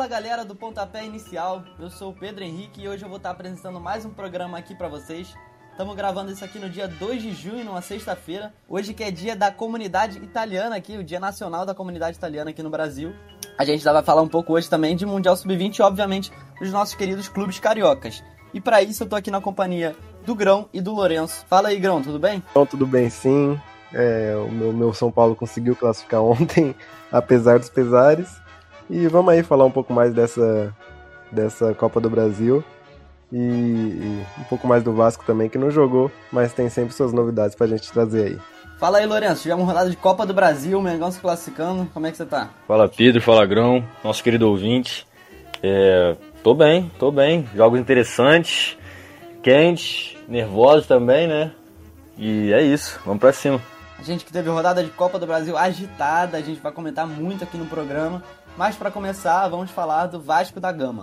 Galera do Pontapé Inicial, eu sou o Pedro Henrique e hoje eu vou estar apresentando mais um programa aqui pra vocês. Estamos gravando isso aqui no dia 2 de junho, numa sexta-feira. Hoje que é dia da comunidade italiana aqui, o dia nacional da comunidade italiana aqui no Brasil. A gente vai falar um pouco hoje também de Mundial Sub-20 e, obviamente, dos nossos queridos clubes cariocas. E para isso eu tô aqui na companhia do Grão e do Lourenço. Fala aí, Grão, tudo bem? Então, tudo bem, sim. O meu São Paulo conseguiu classificar ontem, apesar dos pesares. E vamos aí falar um pouco mais dessa Copa do Brasil e um pouco mais do Vasco também, que não jogou, mas tem sempre suas novidades pra gente trazer aí. Fala aí, Lourenço, tivemos uma rodada de Copa do Brasil, o Mengão se classificando, como é que você tá? Fala Pedro, fala Grão, nosso querido ouvinte. Tô bem, jogos interessantes, quentes, nervosos também, né? E é isso, vamos pra cima. A gente que teve rodada de Copa do Brasil agitada, a gente vai comentar muito aqui no programa. Mas para começar, vamos falar do Vasco da Gama.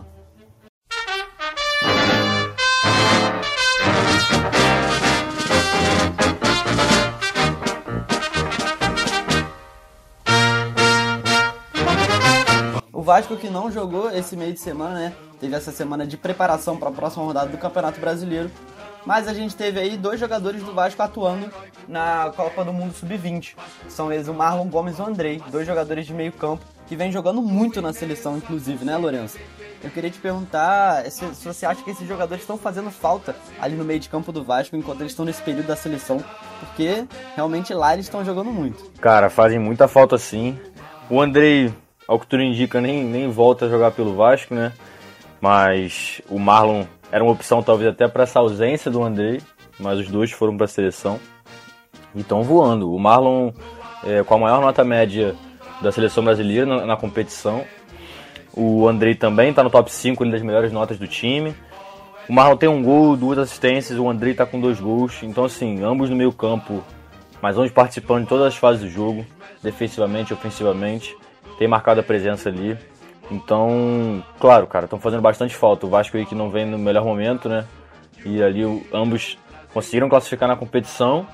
O Vasco que não jogou esse meio de semana, né? Teve essa semana de preparação para a próxima rodada do Campeonato Brasileiro. Mas a gente teve aí 2 jogadores do Vasco atuando na Copa do Mundo Sub-20. São eles o Marlon Gomes e o Andrei, 2 jogadores de meio campo que vem jogando muito na seleção, inclusive, né, Lourenço? Eu queria te perguntar se você acha que esses jogadores estão fazendo falta ali no meio de campo do Vasco enquanto eles estão nesse período da seleção, porque realmente lá eles estão jogando muito. Cara, fazem muita falta sim. O Andrei, ao que tudo indica, nem volta a jogar pelo Vasco, né? Mas o Marlon era uma opção talvez até para essa ausência do Andrei, mas os dois foram para a seleção e estão voando. O Marlon com a maior nota média da seleção brasileira na competição. O Andrei também está no top 5 das melhores notas do time. O Marlon tem 1 gol, 2 assistências, o Andrei está com 2 gols. Então assim, ambos no meio campo, mas ambos participando de todas as fases do jogo, defensivamente e ofensivamente. Tem marcado a presença ali. Então, claro, cara, estão fazendo bastante falta. O Vasco aí que não vem no melhor momento, né? E ali ambos conseguiram classificar na competição,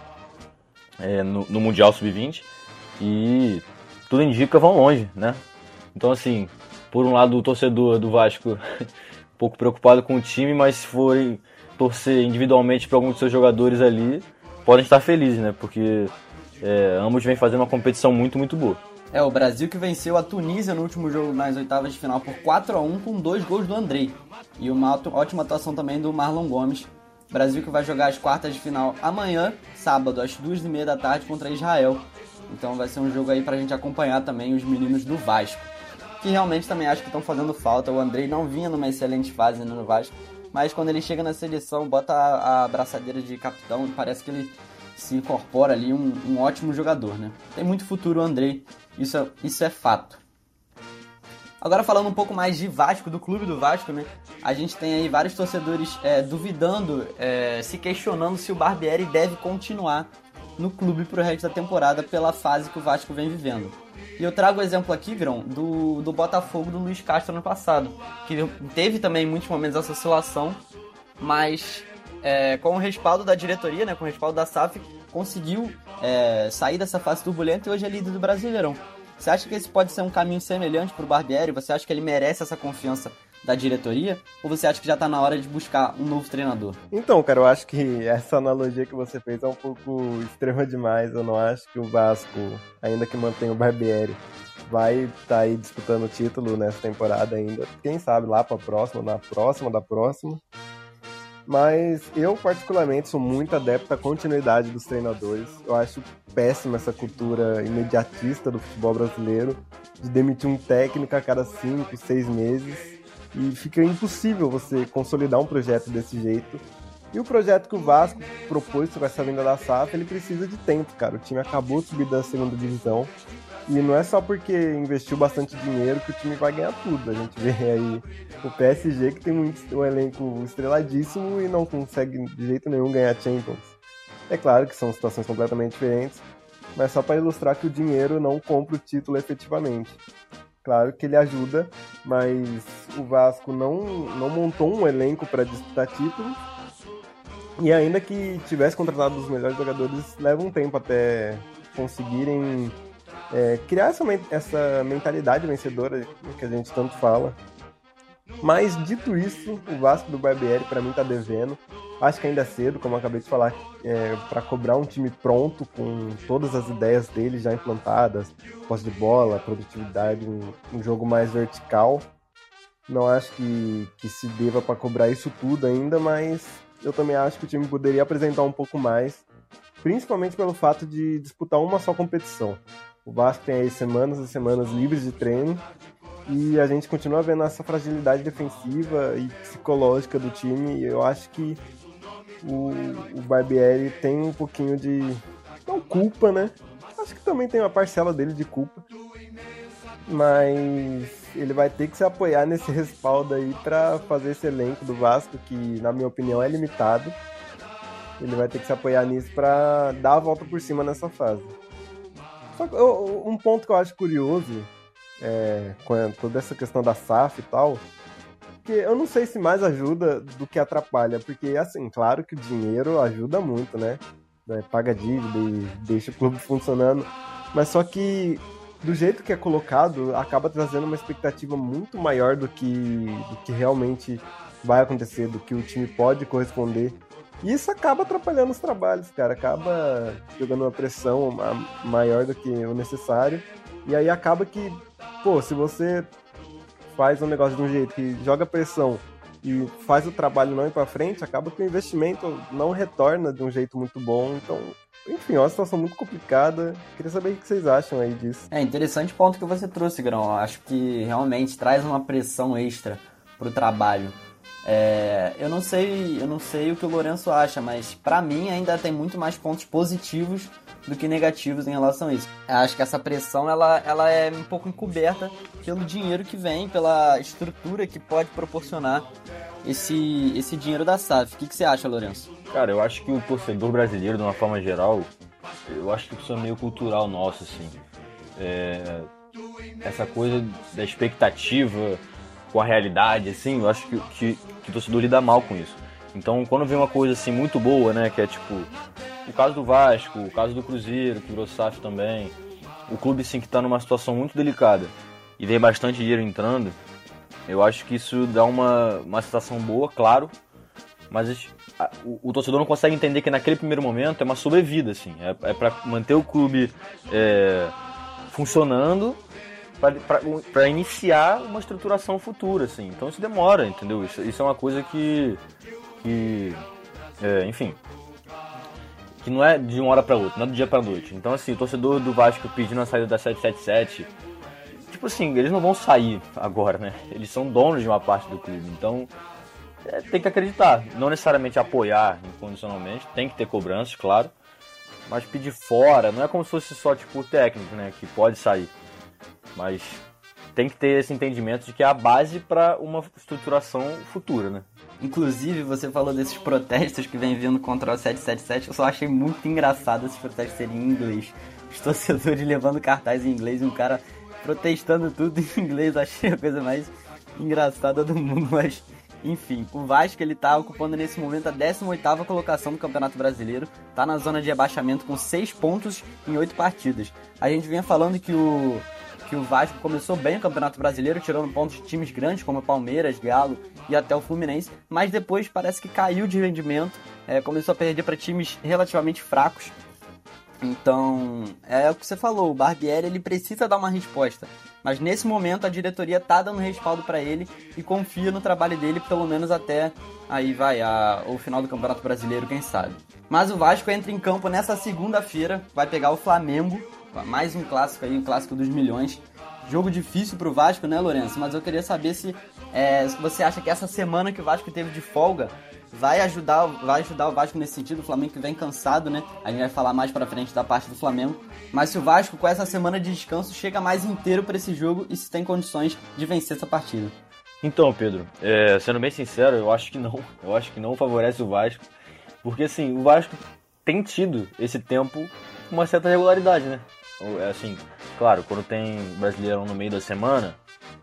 no Mundial Sub-20. E tudo indica vão longe, né? Então, assim, por um lado o torcedor do Vasco um pouco preocupado com o time, mas se forem torcer individualmente para algum dos seus jogadores ali, podem estar felizes, né? Porque ambos vêm fazendo uma competição muito, muito boa. O Brasil que venceu a Tunísia no último jogo nas oitavas de final por 4-1 com 2 gols do Andrei. E uma ótima atuação também do Marlon Gomes. Brasil que vai jogar as quartas de final amanhã, sábado, às 2h30 da tarde contra Israel. Então vai ser um jogo aí pra gente acompanhar também os meninos do Vasco, que realmente também acho que estão fazendo falta. O Andrei não vinha numa excelente fase no Vasco, mas quando ele chega na seleção, bota a braçadeira de capitão, parece que ele se incorpora ali um ótimo jogador, né? Tem muito futuro o Andrei, isso é fato. Agora falando um pouco mais de Vasco, do clube do Vasco, né? A gente tem aí vários torcedores duvidando, se questionando se o Barbieri deve continuar no clube pro resto da temporada pela fase que o Vasco vem vivendo. E eu trago o exemplo aqui, Grão, do Botafogo do Luiz Castro ano passado, que teve também muitos momentos essa oscilação, mas com o respaldo da diretoria, né, com o respaldo da SAF, conseguiu sair dessa fase turbulenta e hoje é líder do Brasileirão. Você acha que esse pode ser um caminho semelhante pro Barbieri? Você acha que ele merece essa confiança da diretoria? Ou você acha que já tá na hora de buscar um novo treinador? Então, cara, eu acho que essa analogia que você fez é um pouco extrema demais. Eu não acho que o Vasco, ainda que mantenha o Barbieri, vai estar aí disputando o título nessa temporada ainda. Quem sabe lá pra próxima, na próxima da próxima. Mas eu, particularmente, sou muito adepto à continuidade dos treinadores. Eu acho péssima essa cultura imediatista do futebol brasileiro, de demitir um técnico a cada 5, 6 meses. E fica impossível você consolidar um projeto desse jeito. E o projeto que o Vasco propôs com essa vinda da SAF, ele precisa de tempo, cara. O time acabou de subir da segunda divisão. E não é só porque investiu bastante dinheiro que o time vai ganhar tudo. A gente vê aí o PSG que tem um elenco estreladíssimo e não consegue de jeito nenhum ganhar Champions. É claro que são situações completamente diferentes, mas só para ilustrar que o dinheiro não compra o título efetivamente. Claro que ele ajuda, mas o Vasco não montou um elenco para disputar título. E ainda que tivesse contratado os melhores jogadores, leva um tempo até conseguirem criar essa mentalidade vencedora que a gente tanto fala. Mas, dito isso, o Vasco do Barbieri, pra mim, tá devendo. Acho que ainda é cedo, como eu acabei de falar, para cobrar um time pronto, com todas as ideias dele já implantadas, posse de bola, produtividade, um jogo mais vertical. Não acho que se deva para cobrar isso tudo ainda, mas eu também acho que o time poderia apresentar um pouco mais, principalmente pelo fato de disputar uma só competição. O Vasco tem aí semanas e semanas livres de treino, e a gente continua vendo essa fragilidade defensiva e psicológica do time, e eu acho que o Barbieri tem um pouquinho de... não culpa, né? Acho que também tem uma parcela dele de culpa, mas ele vai ter que se apoiar nesse respaldo aí pra fazer esse elenco do Vasco, que na minha opinião é limitado. Ele vai ter que se apoiar nisso pra dar a volta por cima nessa fase. Só que um ponto que eu acho curioso com toda essa questão da SAF e tal, que eu não sei se mais ajuda do que atrapalha, porque, assim, claro que o dinheiro ajuda muito, né? Paga dívida e deixa o clube funcionando, mas só que, do jeito que é colocado, acaba trazendo uma expectativa muito maior do que realmente vai acontecer, do que o time pode corresponder. E isso acaba atrapalhando os trabalhos, cara, acaba jogando uma pressão maior do que o necessário, e aí acaba que, pô, se você faz um negócio de um jeito que joga pressão e faz o trabalho não ir pra frente, acaba que o investimento não retorna de um jeito muito bom. Então, enfim, é uma situação muito complicada. Queria saber o que vocês acham aí disso. É interessante o ponto que você trouxe, Grão. Acho que realmente traz uma pressão extra pro trabalho. Eu não sei o que o Lourenço acha, mas pra mim ainda tem muito mais pontos positivos do que negativos em relação a isso. Eu acho que essa pressão ela é um pouco encoberta pelo dinheiro que vem, pela estrutura que pode proporcionar esse dinheiro da SAF. O que você acha, Lourenço? Cara, eu acho que o torcedor brasileiro, de uma forma geral, eu acho que isso é meio cultural nosso, assim. Essa coisa da expectativa com a realidade, assim, eu acho que o torcedor lida mal com isso. Então, quando vem uma coisa assim muito boa, né, que é tipo o caso do Vasco, o caso do Cruzeiro, que virou SAF também, o clube assim que está numa situação muito delicada e vem bastante dinheiro entrando, eu acho que isso dá uma situação boa, claro, mas o torcedor não consegue entender que naquele primeiro momento é uma sobrevida, assim, é para manter o clube funcionando, para iniciar uma estruturação futura, assim. Então isso demora, entendeu? Isso é uma coisa que enfim, que não é de uma hora para outra, não é do dia para noite. Então, assim, o torcedor do Vasco pedindo a saída da 777, tipo assim, eles não vão sair agora, né? Eles são donos de uma parte do clube, então tem que acreditar, não necessariamente apoiar incondicionalmente, tem que ter cobranças, claro, mas pedir fora, não é como se fosse só tipo o técnico, né, que pode sair, mas tem que ter esse entendimento de que é a base para uma estruturação futura, né? Inclusive, você falou desses protestos que vem vindo contra o 777, eu só achei muito engraçado esses protestos serem em inglês. Os torcedores levando cartaz em inglês e um cara protestando tudo em inglês, achei a coisa mais engraçada do mundo, mas enfim, o Vasco ele tá ocupando nesse momento a 18ª colocação do Campeonato Brasileiro, tá na zona de abaixamento com 6 pontos em 8 partidas. A gente vinha falando que o Vasco começou bem o Campeonato Brasileiro, tirando pontos de times grandes como Palmeiras, Galo e até o Fluminense, mas depois parece que caiu de rendimento, começou a perder para times relativamente fracos. Então, é o que você falou, o Barbieri ele precisa dar uma resposta, mas nesse momento a diretoria tá dando respaldo para ele e confia no trabalho dele, pelo menos até aí o final do Campeonato Brasileiro, quem sabe. Mas o Vasco entra em campo nessa segunda-feira, vai pegar o Flamengo, mais um clássico aí, um clássico dos milhões. Jogo difícil pro Vasco, né, Lourenço? Mas eu queria saber se você acha que essa semana que o Vasco teve de folga vai ajudar o Vasco nesse sentido. O Flamengo que vem cansado, né? A gente vai falar mais pra frente da parte do Flamengo. Mas se o Vasco, com essa semana de descanso, chega mais inteiro pra esse jogo e se tem condições de vencer essa partida. Então, Pedro, sendo bem sincero, eu acho que não. Eu acho que não favorece o Vasco. Porque, assim, o Vasco tem tido esse tempo com uma certa regularidade, né? Assim, claro, quando tem Brasileirão no meio da semana,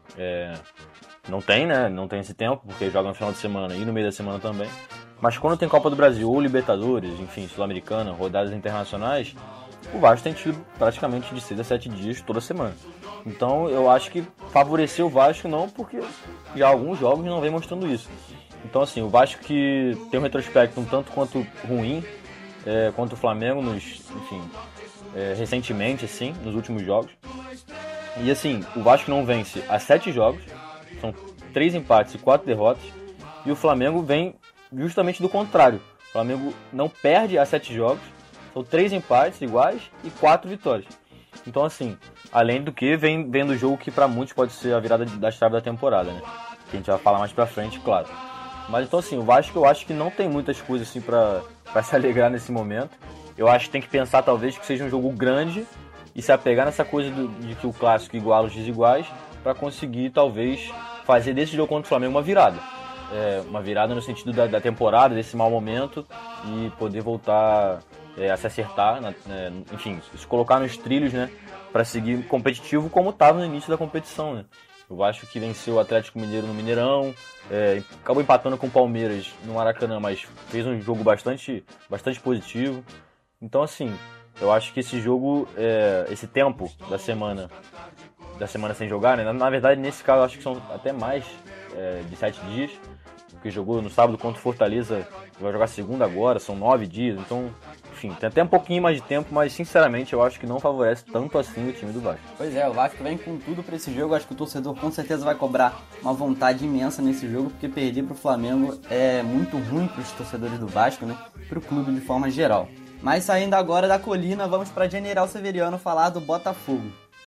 não tem, né? Não tem esse tempo, porque joga no final de semana e no meio da semana também. Mas quando tem Copa do Brasil ou Libertadores, enfim, Sul-Americana, rodadas internacionais, o Vasco tem tido praticamente de 6 a 7 dias toda semana. Então eu acho que favoreceu o Vasco não, porque já alguns jogos não vem mostrando isso. Então assim, o Vasco que tem um retrospecto um tanto quanto ruim contra o Flamengo recentemente, assim, nos últimos jogos. E assim, o Vasco não vence há 7 jogos, são 3 empates e 4 derrotas, e o Flamengo vem justamente do contrário. O Flamengo não perde há 7 jogos, são 3 empates iguais e 4 vitórias. Então assim, além do que vem do jogo que para muitos pode ser a virada da chave da temporada, né? Que a gente vai falar mais pra frente, claro. Mas então assim, o Vasco eu acho que não tem muitas coisas assim pra se alegrar nesse momento. Eu acho que tem que pensar talvez que seja um jogo grande e se apegar nessa coisa de que o clássico iguala os desiguais para conseguir talvez fazer desse jogo contra o Flamengo uma virada. Uma virada no sentido da temporada, desse mau momento e poder voltar a se acertar, enfim, se colocar nos trilhos, né, para seguir competitivo como estava no início da competição, né. O Vasco que venceu o Atlético Mineiro no Mineirão, acabou empatando com o Palmeiras no Maracanã, mas fez um jogo bastante positivo. Então, assim, eu acho que esse jogo, esse tempo da semana sem jogar, né? Na verdade, nesse caso, eu acho que são até mais de 7 dias, porque jogou no sábado contra o Fortaleza, vai jogar segunda agora, são 9 dias, então, enfim, tem até um pouquinho mais de tempo, mas sinceramente eu acho que não favorece tanto assim o time do Vasco. Pois é, o Vasco vem com tudo pra esse jogo, acho que o torcedor com certeza vai cobrar uma vontade imensa nesse jogo, porque perder pro Flamengo é muito ruim pros torcedores do Vasco, né, pro clube de forma geral. Mas saindo agora da colina, vamos para General Severiano falar do Botafogo.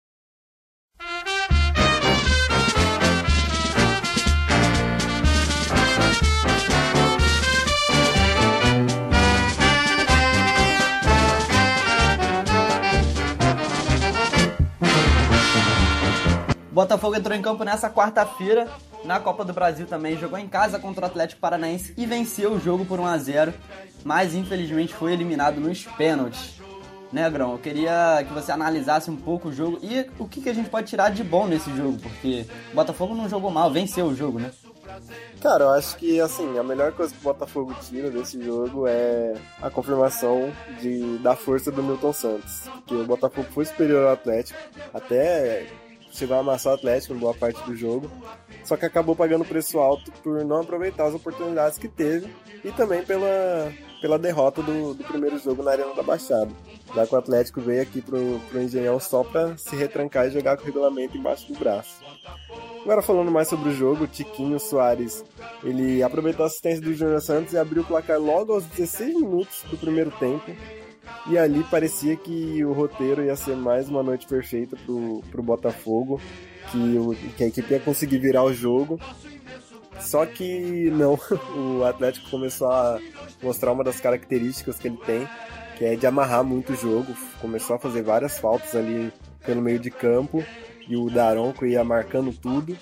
O Botafogo entrou em campo nessa quarta-feira, na Copa do Brasil também, jogou em casa contra o Atlético Paranaense e venceu o jogo por 1-0, mas infelizmente foi eliminado nos pênaltis. Né, Grão? Eu queria que você analisasse um pouco o jogo e o que a gente pode tirar de bom nesse jogo, porque o Botafogo não jogou mal, venceu o jogo, né? Cara, eu acho que, assim, a melhor coisa que o Botafogo tira desse jogo é a confirmação da força do Nilton Santos, porque o Botafogo foi superior ao Atlético, até chegou a amassar o Atlético em boa parte do jogo, só que acabou pagando preço alto por não aproveitar as oportunidades que teve e também pela derrota do primeiro jogo na Arena da Baixada, já que o Atlético veio aqui pro Engenhão só pra se retrancar e jogar com o regulamento embaixo do braço. Agora falando mais sobre o jogo, o Tiquinho Soares, ele aproveitou a assistência do Júnior Santos e abriu o placar logo aos 16 minutos do primeiro tempo. E ali parecia que o roteiro ia ser mais uma noite perfeita pro Botafogo, que a equipe ia conseguir virar o jogo. Só que não, o Atlético começou a mostrar uma das características que ele tem, que é de amarrar muito o jogo. Começou a fazer várias faltas ali pelo meio de campo e o Daronco ia marcando tudo.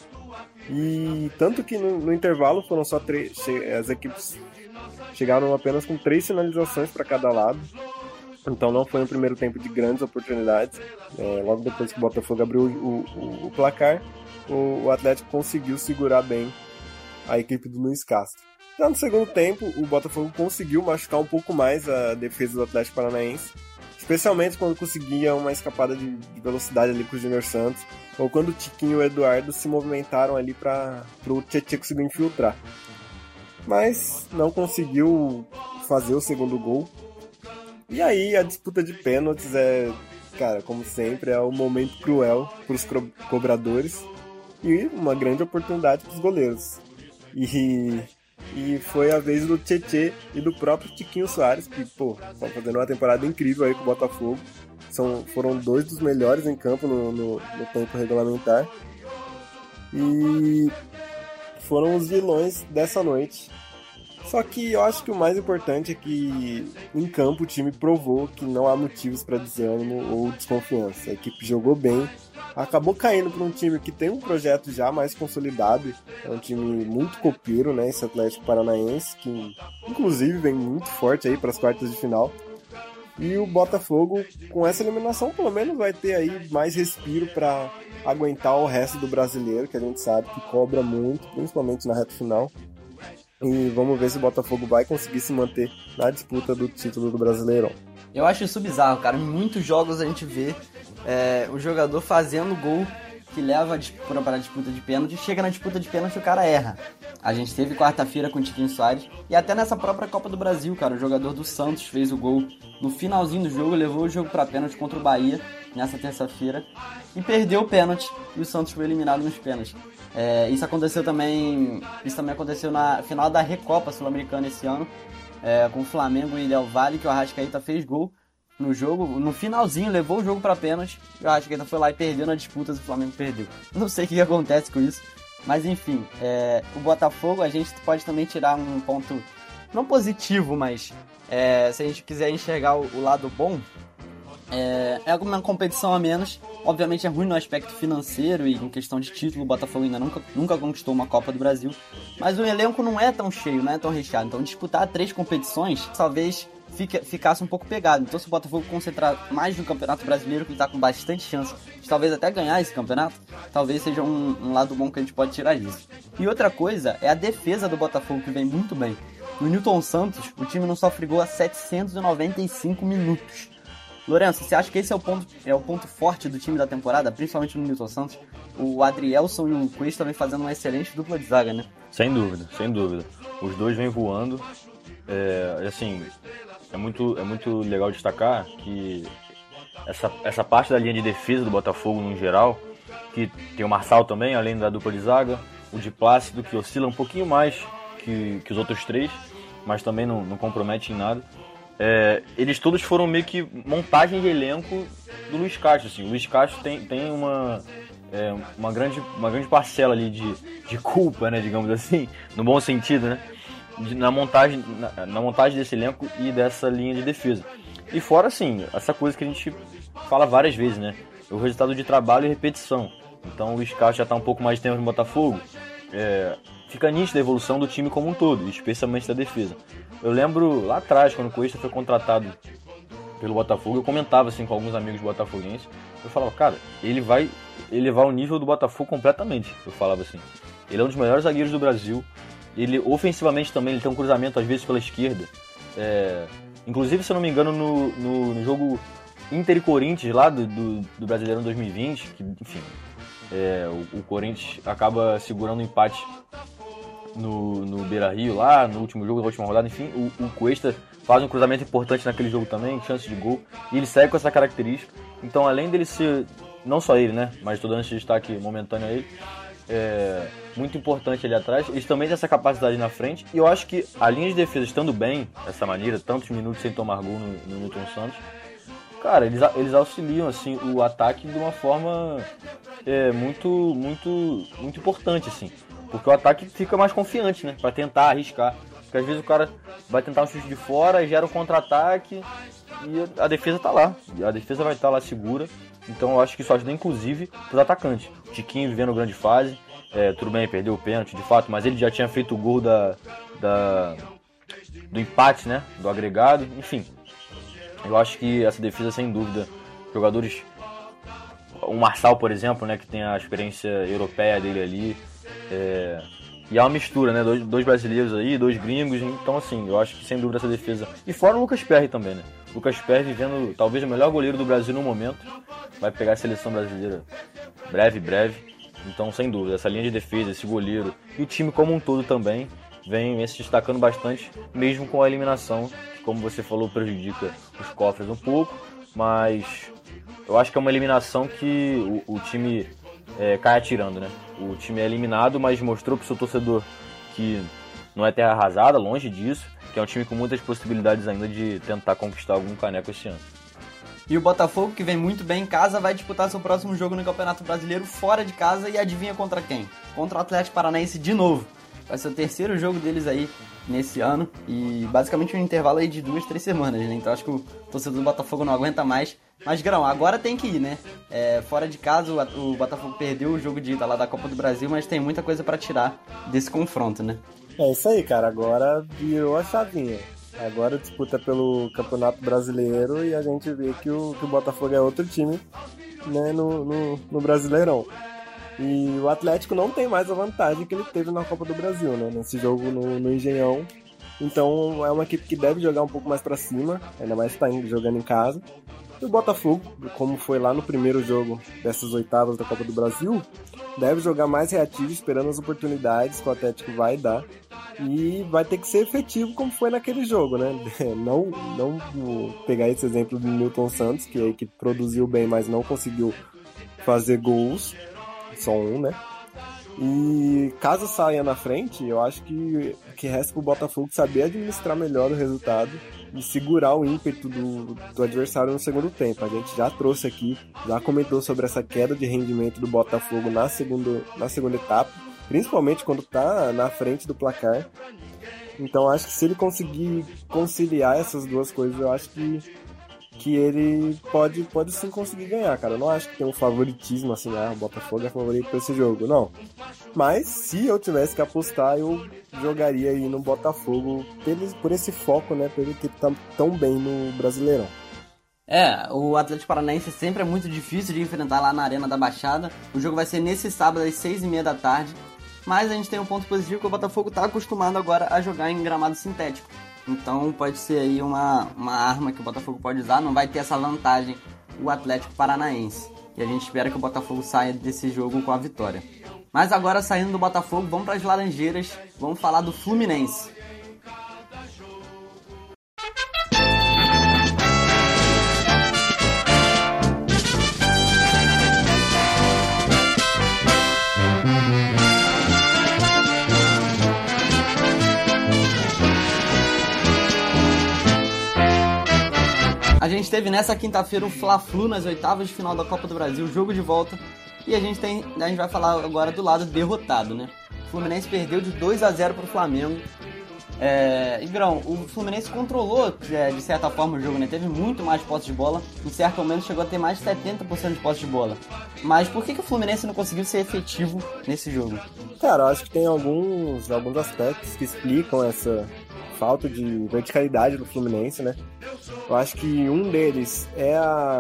E tanto que no intervalo foram só 3, as equipes chegaram apenas com 3 finalizações para cada lado. Então não foi um primeiro tempo de grandes oportunidades. Logo depois que o Botafogo abriu o placar, o Atlético conseguiu segurar bem a equipe do Luiz Castro. Já no segundo tempo, o Botafogo conseguiu machucar um pouco mais a defesa do Atlético Paranaense, especialmente quando conseguia uma escapada de velocidade ali com o Júnior Santos, ou quando o Tiquinho e o Eduardo se movimentaram ali para o Tietchan conseguir infiltrar. Mas não conseguiu fazer o segundo gol. E aí a disputa de pênaltis cara, como sempre, é um momento cruel para os cobradores e uma grande oportunidade para os goleiros. E foi a vez do Tietchan e do próprio Tiquinho Soares, que, estão fazendo uma temporada incrível aí com o Botafogo. Foram 2 dos melhores em campo no tempo regulamentar. E foram os vilões dessa noite. Só que eu acho que o mais importante é que em campo o time provou que não há motivos para desânimo ou desconfiança. A equipe jogou bem, acabou caindo para um time que tem um projeto já mais consolidado, é um time muito copeiro, né, esse Atlético Paranaense, que inclusive vem muito forte aí para as quartas de final. E o Botafogo, com essa eliminação, pelo menos vai ter aí mais respiro para aguentar o resto do brasileiro, que a gente sabe que cobra muito, principalmente na reta final. E vamos ver se o Botafogo vai conseguir se manter na disputa do título do Brasileirão. Eu acho isso bizarro, cara. Em muitos jogos a gente vê o jogador fazendo gol que leva para a disputa de pênalti, chega na disputa de pênalti e o cara erra. A gente teve quarta-feira com o Tiquinho Soares, e até nessa própria Copa do Brasil, cara, o jogador do Santos fez o gol no finalzinho do jogo, levou o jogo para pênalti contra o Bahia, nessa terça-feira, e perdeu o pênalti, e o Santos foi eliminado nos pênaltis. Isso também aconteceu na final da Recopa Sul-Americana esse ano, com o Flamengo e Del Valle, que o Arrascaeta fez gol no jogo, no finalzinho, levou o jogo pra pênalti, e o Arrascaeta foi lá e perdeu na disputa, o Flamengo perdeu. Não sei o que acontece com isso, mas enfim, o Botafogo, a gente pode também tirar um ponto, não positivo, mas se a gente quiser enxergar o lado bom, é uma competição a menos. Obviamente é ruim no aspecto financeiro e em questão de título, o Botafogo ainda nunca conquistou uma Copa do Brasil, mas o elenco não é tão cheio, não é tão recheado, então disputar 3 competições talvez ficasse um pouco pegado. Então se o Botafogo concentrar mais no Campeonato Brasileiro, que ele está com bastante chance de talvez até ganhar esse campeonato, talvez seja um lado bom que a gente pode tirar disso. E outra coisa é a defesa do Botafogo, que vem muito bem. No Newton Santos, o time não sofre gol a 795 minutos. Lourenço, você acha que esse é o ponto forte do time da temporada, principalmente no Newton Santos? O Adrielson e o Cuesta também fazendo uma excelente dupla de zaga, né? Sem dúvida, sem dúvida. Os dois vêm voando. Assim, é muito legal destacar que essa parte da linha de defesa do Botafogo no geral, que tem o Marçal também, além da dupla de zaga, o de Plácido, que oscila um pouquinho mais que os outros 3, mas também não compromete em nada. Eles todos foram meio que montagem de elenco do Luiz Castro. Assim. O Luiz Castro tem uma grande parcela ali de culpa, né, digamos assim, no bom sentido, né, na montagem desse elenco e dessa linha de defesa. E fora, assim, essa coisa que a gente fala várias vezes, né, o resultado de trabalho e repetição. Então o Luiz Castro já está um pouco mais de tempo no Botafogo, fica nítida a evolução do time como um todo, especialmente da defesa. Eu lembro lá atrás, quando o Cuesta foi contratado pelo Botafogo, eu comentava assim com alguns amigos botafoguenses, eu falava, cara, ele vai elevar o nível do Botafogo completamente, eu falava assim. Ele é um dos melhores zagueiros do Brasil, ele ofensivamente também, ele tem um cruzamento às vezes pela esquerda. Inclusive, se eu não me engano, no jogo Inter e Corinthians lá do Brasileirão 2020, que enfim, o Corinthians acaba segurando o empate no Beira-Rio lá, no último jogo da última rodada, enfim, o Cuesta faz um cruzamento importante naquele jogo também, chance de gol, e ele segue com essa característica. Então, além dele ser, não só ele, né, mas todo esse destaque momentâneo a ele, muito importante ali atrás, eles também têm essa capacidade na frente, e eu acho que a linha de defesa estando bem, dessa maneira, tantos minutos sem tomar gol no Newton Santos, cara, eles auxiliam assim, o ataque de uma forma muito importante, assim. Porque o ataque fica mais confiante, né? Pra tentar arriscar. Porque às vezes o cara vai tentar um chute de fora, gera um contra-ataque e a defesa tá lá. E a defesa vai estar lá segura. Então eu acho que isso ajuda inclusive pros atacantes. O Tiquinho vivendo grande fase. Tudo bem, perdeu o pênalti de fato, mas ele já tinha feito o gol do empate, né? Do agregado. Enfim, eu acho que essa defesa, sem dúvida, jogadores... O Marçal, por exemplo, né? Que tem a experiência europeia dele ali. E é uma mistura, né? Dois brasileiros aí, 2 gringos. Então, assim, eu acho que sem dúvida essa defesa. E fora o Lucas Perry também, né? Lucas Perry vivendo talvez o melhor goleiro do Brasil no momento. Vai pegar a seleção brasileira breve. Então, sem dúvida, essa linha de defesa, esse goleiro e o time como um todo também vem se destacando bastante, mesmo com a eliminação, que, como você falou, prejudica os cofres um pouco. Mas eu acho que é uma eliminação que o time cai atirando, né? O time é eliminado, mas mostrou pro seu torcedor que não é terra arrasada, longe disso, que é um time com muitas possibilidades ainda de tentar conquistar algum caneco esse ano. E o Botafogo, que vem muito bem em casa, vai disputar seu próximo jogo no Campeonato Brasileiro fora de casa, e adivinha contra quem? Contra o Atlético Paranaense de novo. Vai ser o 3º jogo deles aí nesse ano, e basicamente um intervalo aí de 2-3 semanas, né? Então acho que o torcedor do Botafogo não aguenta mais. Mas, Grão, agora tem que ir, né? Fora de casa, o Botafogo perdeu o jogo de ida lá da Copa do Brasil, mas tem muita coisa pra tirar desse confronto, né? É isso aí, cara. Agora virou a chavinha. Agora disputa pelo Campeonato Brasileiro e a gente vê que o Botafogo é outro time, né, no Brasileirão. E o Atlético não tem mais a vantagem que ele teve na Copa do Brasil, né? Nesse jogo no Engenhão, Então é uma equipe que deve jogar um pouco mais pra cima, ainda mais tá jogando em casa. E o Botafogo, como foi lá no primeiro jogo dessas oitavas da Copa do Brasil, deve jogar mais reativo, esperando as oportunidades que o Atlético vai dar. E vai ter que ser efetivo como foi naquele jogo, né? Não pegar esse exemplo do Nilton Santos, que a equipe produziu bem, mas não conseguiu fazer gols. Só um, né? E caso saia na frente, eu acho que resta pro Botafogo saber administrar melhor o resultado e segurar o ímpeto do adversário no segundo tempo. A gente já trouxe aqui, já comentou sobre essa queda de rendimento do Botafogo na segunda etapa, principalmente quando tá na frente do placar. Então acho que se ele conseguir conciliar essas duas coisas, eu acho que ele pode sim conseguir ganhar, cara. Eu não acho que tem um favoritismo assim, o Botafogo é favorito pra esse jogo, não. Mas se eu tivesse que apostar, eu jogaria aí no Botafogo por esse foco, né, por ele que tá tão bem no Brasileirão. O Atlético Paranaense sempre é muito difícil de enfrentar lá na Arena da Baixada. O jogo vai ser nesse sábado às 6h30 da tarde. Mas a gente tem um ponto positivo que o Botafogo tá acostumado agora a jogar em gramado sintético. Então pode ser aí uma arma que o Botafogo pode usar. Não vai ter essa vantagem o Atlético Paranaense. E a gente espera que o Botafogo saia desse jogo com a vitória. Mas agora, saindo do Botafogo, vamos para as Laranjeiras. Vamos falar do Fluminense. A gente teve nessa quinta-feira o Fla-Flu nas oitavas de final da Copa do Brasil, jogo de volta. E a gente vai falar agora do lado derrotado, né? O Fluminense perdeu de 2-0 pro Flamengo. Grão, o Fluminense controlou, de certa forma, o jogo, né? Teve muito mais posse de bola. Em certo momento chegou a ter mais de 70% de posse de bola. Mas por que o Fluminense não conseguiu ser efetivo nesse jogo? Cara, eu acho que tem alguns aspectos que explicam essa falta de verticalidade do Fluminense, né? Eu acho que um deles é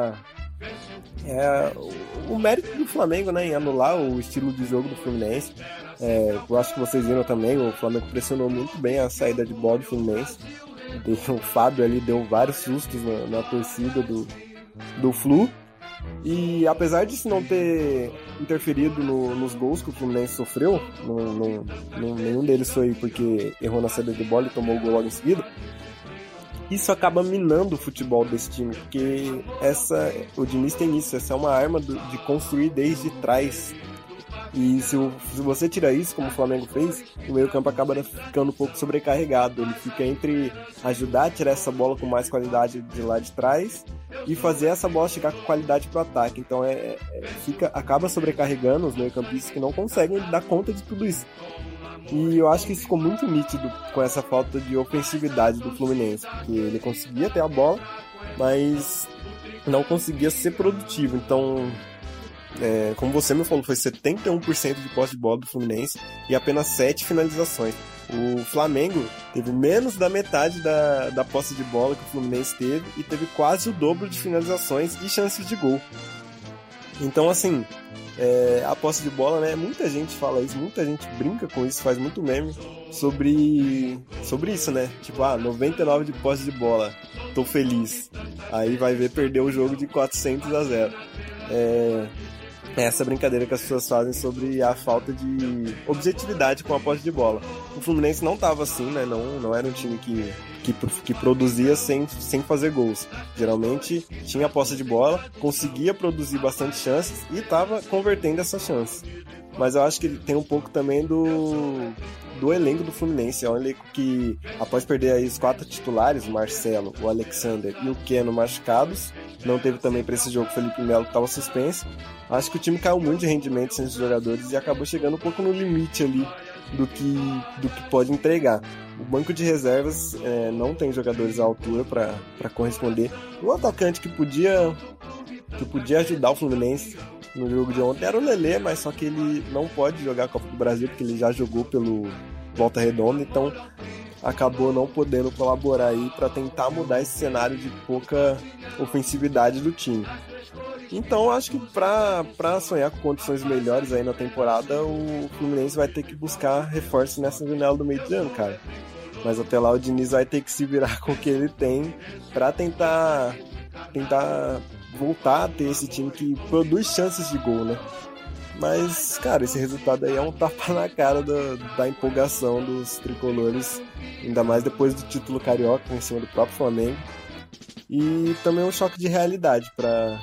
o mérito do Flamengo, né, em anular o estilo de jogo do Fluminense. Eu acho que vocês viram também, o Flamengo pressionou muito bem a saída de bola do Fluminense. O Fábio ali deu vários sustos na torcida do Flu. E apesar disso não ter interferido nos gols que o Fluminense sofreu, nenhum deles foi porque errou na saída de bola e tomou o gol logo em seguida, isso acaba minando o futebol desse time, porque o Diniz tem isso, essa é uma arma de construir desde trás. E se você tira isso, como o Flamengo fez, o meio-campo acaba ficando um pouco sobrecarregado. Ele fica entre ajudar a tirar essa bola com mais qualidade de lá de trás e fazer essa bola chegar com qualidade pro ataque. Então acaba sobrecarregando os meio-campistas que não conseguem dar conta de tudo isso. E eu acho que isso ficou muito nítido com essa falta de ofensividade do Fluminense, porque ele conseguia ter a bola, mas não conseguia ser produtivo. Então, como você me falou, foi 71% de posse de bola do Fluminense e apenas 7 finalizações. O Flamengo teve menos da metade da posse de bola que o Fluminense teve e teve quase o dobro de finalizações e chances de gol. Então, assim, a posse de bola, né? Muita gente fala isso, muita gente brinca com isso, faz muito meme sobre isso, né? Tipo, 99 de posse de bola, tô feliz. Aí vai ver, perder o jogo de 400-0. Essa brincadeira que as pessoas fazem sobre a falta de objetividade com a posse de bola. O Fluminense não tava assim, né? Não era um time que produzia sem fazer gols. Geralmente tinha a posse de bola, conseguia produzir bastante chances e estava convertendo essas chances. Mas eu acho que tem um pouco também do elenco do Fluminense. É um elenco que, após perder aí os 4 titulares, o Marcelo, o Alexander e o Keno machucados, não teve também para esse jogo o Felipe Melo, que estava suspenso. Acho que o time caiu muito de rendimento sem esses jogadores e acabou chegando um pouco no limite ali do que pode entregar. O banco de reservas não tem jogadores à altura para corresponder. O atacante que podia ajudar o Fluminense no jogo de ontem era o Lelê, mas só que ele não pode jogar a Copa do Brasil porque ele já jogou pelo Volta Redonda, então acabou não podendo colaborar aí para tentar mudar esse cenário de pouca ofensividade do time. Então acho que para sonhar com condições melhores aí na temporada, o Fluminense vai ter que buscar reforço nessa janela do meio de ano, cara. Mas até lá o Diniz vai ter que se virar com o que ele tem pra tentar voltar a ter esse time que produz chances de gol, né? Mas, cara, esse resultado aí é um tapa na cara da empolgação dos tricolores, ainda mais depois do título carioca em cima do próprio Flamengo. E também um choque de realidade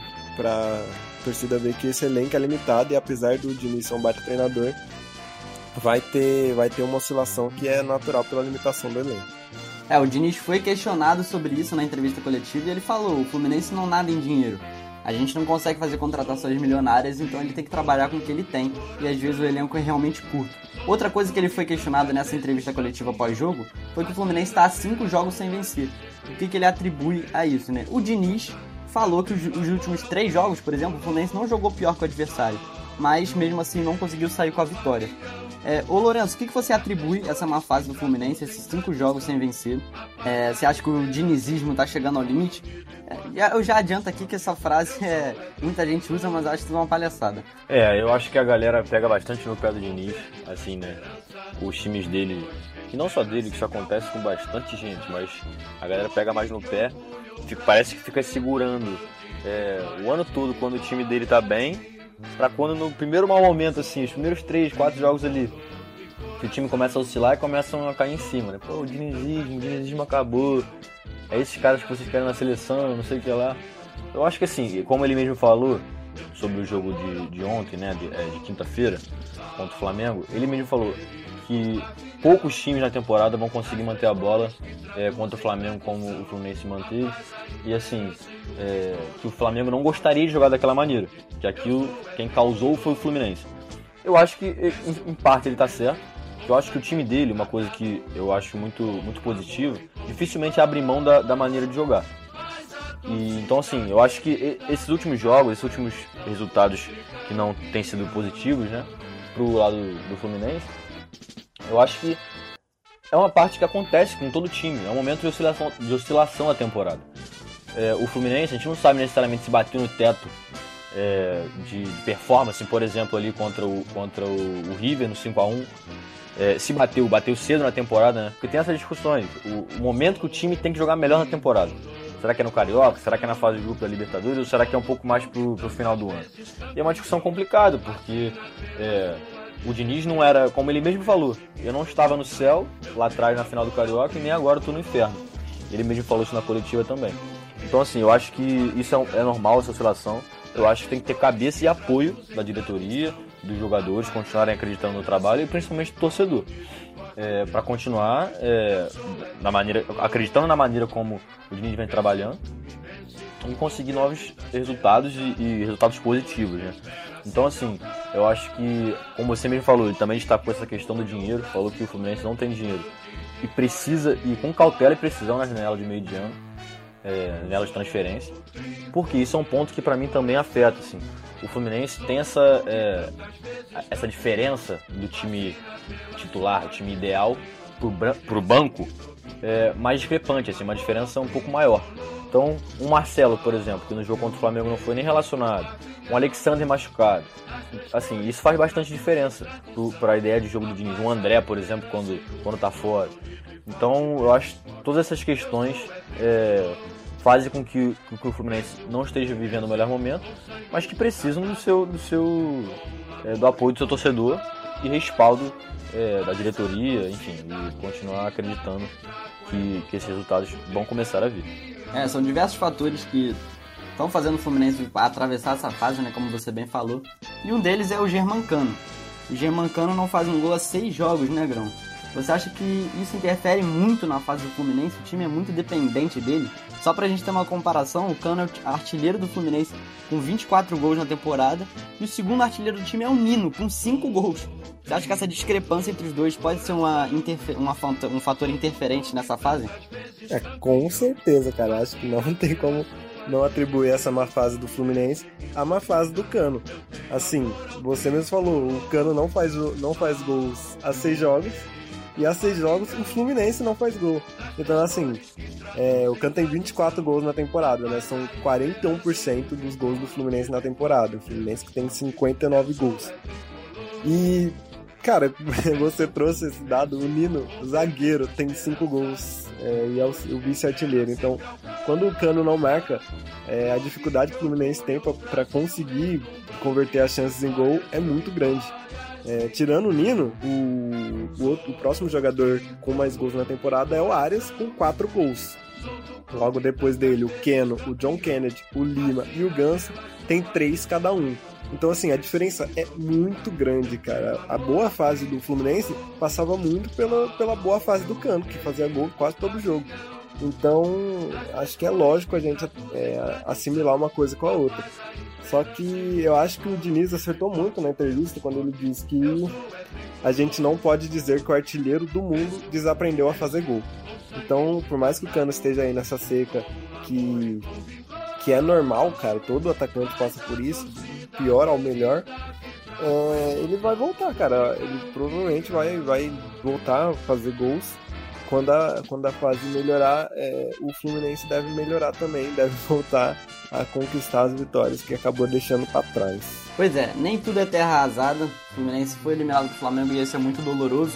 pra torcida ver que esse elenco é limitado e apesar do Diniz ser um baita treinador, vai ter uma oscilação que é natural pela limitação do elenco. O Diniz foi questionado sobre isso na entrevista coletiva e ele falou: o Fluminense não nada em dinheiro. A gente não consegue fazer contratações milionárias, então ele tem que trabalhar com o que ele tem, e às vezes o elenco é realmente curto. Outra coisa que ele foi questionado nessa entrevista coletiva pós-jogo foi que o Fluminense está a 5 jogos sem vencer. O que ele atribui a isso, né? O Diniz falou que os últimos 3 jogos, por exemplo, o Fluminense não jogou pior que o adversário, mas mesmo assim não conseguiu sair com a vitória. Ô Lourenço, o que você atribui a essa má fase do Fluminense, esses 5 jogos sem vencer? Você acha que o dinizismo está chegando ao limite? Eu já adianto aqui que essa frase muita gente usa, mas eu acho que é uma palhaçada. Eu acho que a galera pega bastante no pé do Diniz, assim, né? Os times dele, e não só dele, que isso acontece com bastante gente, mas a galera pega mais no pé, parece que fica segurando o ano todo quando o time dele tá bem, pra quando no primeiro mau momento, assim, os primeiros 3, 4 jogos ali, que o time começa a oscilar e começam a cair em cima, né? Pô, o dinizismo acabou, é esses caras que vocês querem na seleção, não sei o que lá. Eu acho que assim, como ele mesmo falou sobre o jogo de ontem, né, de quinta-feira, contra o Flamengo, ele mesmo falou que poucos times na temporada vão conseguir manter a bola contra o Flamengo como o Fluminense manteve, e assim, que o Flamengo não gostaria de jogar daquela maneira, que aquilo, quem causou foi o Fluminense. Eu acho que, em parte, ele tá certo. Eu acho que o time dele, uma coisa que eu acho muito, muito positiva, dificilmente abre mão da maneira de jogar. E, então, assim, eu acho que esses últimos jogos, esses últimos resultados que não têm sido positivos, né, pro lado do Fluminense, eu acho que é uma parte que acontece com todo time, é um momento de oscilação da temporada. O Fluminense, a gente não sabe necessariamente se bateu no teto de performance, por exemplo, ali contra o River no 5-1, se bateu cedo na temporada, né? Porque tem essas discussões, o momento que o time tem que jogar melhor na temporada. Será que é no Carioca? Será que é na fase de grupo da Libertadores? Ou será que é um pouco mais pro final do ano? E é uma discussão complicada, porque o Diniz não era, como ele mesmo falou, eu não estava no céu lá atrás na final do Carioca e nem agora eu tô no inferno. Ele mesmo falou isso na coletiva também. Então, assim, eu acho que isso é normal, essa oscilação. Eu acho que tem que ter cabeça e apoio da diretoria, dos jogadores, continuarem acreditando no trabalho e principalmente do torcedor. Para continuar acreditando na maneira como o Diniz vem trabalhando e conseguir novos resultados e resultados positivos, né? Então, assim, eu acho que, como você mesmo falou, ele também destacou essa questão do dinheiro, falou que o Fluminense não tem dinheiro e precisa, e com cautela e precisão na janela de meio de ano, janela de transferência, porque isso é um ponto que para mim também afeta, assim. O Fluminense tem essa diferença do time titular, o time ideal, pro banco, mais discrepante, assim, uma diferença um pouco maior. Então, um Marcelo, por exemplo, que no jogo contra o Flamengo não foi nem relacionado, um Alexandre machucado, assim, isso faz bastante diferença para a ideia de jogo do Diniz. Um André, por exemplo, quando tá fora. Então, eu acho que todas essas questões fazem com que o Fluminense não esteja vivendo o melhor momento, mas que precisam do apoio do seu torcedor e respaldo da diretoria, enfim, e continuar acreditando que esses resultados vão começar a vir. São diversos fatores que estão fazendo o Fluminense atravessar essa fase, né, como você bem falou, e um deles é o Germancano. O Germancano não faz um gol há 6 jogos, né, Grão? Você acha que isso interfere muito na fase do Fluminense? O time é muito dependente dele? Só pra gente ter uma comparação, o Cano é o artilheiro do Fluminense com 24 gols na temporada e o segundo artilheiro do time é o Nino, com 5 gols. Você acha que essa discrepância entre os dois pode ser um fator interferente nessa fase? Com certeza, cara. Acho que não tem como não atribuir essa má fase do Fluminense à má fase do Cano. Assim, você mesmo falou, o Cano não faz gols há 6 jogos, e há 6 jogos o Fluminense não faz gol. Então, assim, o Cano tem 24 gols na temporada, né? São 41% dos gols do Fluminense na temporada. O Fluminense que tem 59 gols. E, Cara, você trouxe esse dado, o Nino, zagueiro, tem 5 gols e é o vice-artilheiro. Então, quando o Cano não marca, a dificuldade que o Fluminense tem para conseguir converter as chances em gol é muito grande. Tirando o Nino, o próximo jogador com mais gols na temporada é o Arias, com 4 gols. Logo depois dele, o Keno, o John Kennedy, o Lima e o Ganso tem 3 cada um. Então, assim, a diferença é muito grande, cara. A boa fase do Fluminense passava muito pela boa fase do Cano, que fazia gol quase todo jogo. Então, acho que é lógico a gente assimilar uma coisa com a outra. Só que eu acho que o Diniz acertou muito na entrevista quando ele disse que a gente não pode dizer que o artilheiro do mundo desaprendeu a fazer gol. Então, por mais que o Cano esteja aí nessa seca que é normal, cara, todo atacante passa por isso, pior ao melhor, ele vai voltar, cara. Ele provavelmente vai voltar a fazer gols. Quando a fase melhorar, o Fluminense deve melhorar também, deve voltar a conquistar as vitórias que acabou deixando pra trás. Pois é, nem tudo é terra arrasada. O Fluminense foi eliminado do Flamengo e isso é muito doloroso.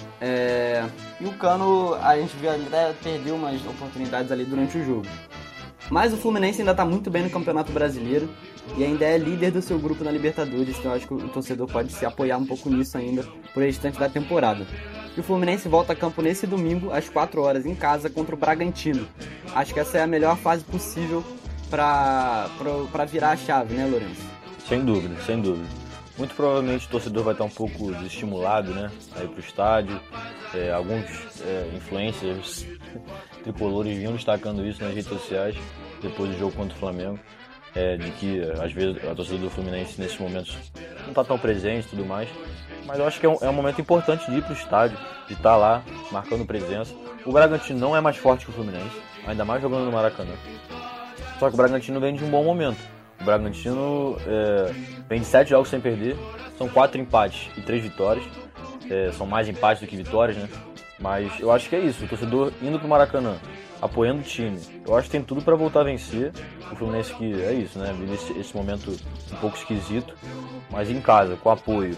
E o Cano, a gente viu até perdeu umas oportunidades ali durante o jogo. Mas o Fluminense ainda tá muito bem no Campeonato Brasileiro e ainda é líder do seu grupo na Libertadores, então eu acho que o torcedor pode se apoiar um pouco nisso ainda pro restante da temporada. E o Fluminense volta a campo nesse domingo, às 4 horas, em casa, contra o Bragantino. Acho que essa é a melhor fase possível pra virar a chave, né, Lourenço? Sem dúvida, sem dúvida. Muito provavelmente o torcedor vai estar um pouco desestimulado, né, a ir pro estádio. Alguns influencers tricolores vinham destacando isso nas redes sociais depois do jogo contra o Flamengo, de que às vezes a torcida do Fluminense nesses momentos não está tão presente e tudo mais, mas eu acho que é um momento importante de ir para o estádio, de estar lá marcando presença. O Bragantino não é mais forte que o Fluminense, ainda mais jogando no Maracanã, só que o Bragantino vem de um bom momento. O Bragantino vem de 7 jogos sem perder, são 4 empates e 3 vitórias. São mais empates do que vitórias, né? Mas eu acho que é isso, o torcedor indo pro Maracanã, apoiando o time. Eu acho que tem tudo para voltar a vencer. O Fluminense que é isso, né? Vive esse momento um pouco esquisito, mas em casa, com apoio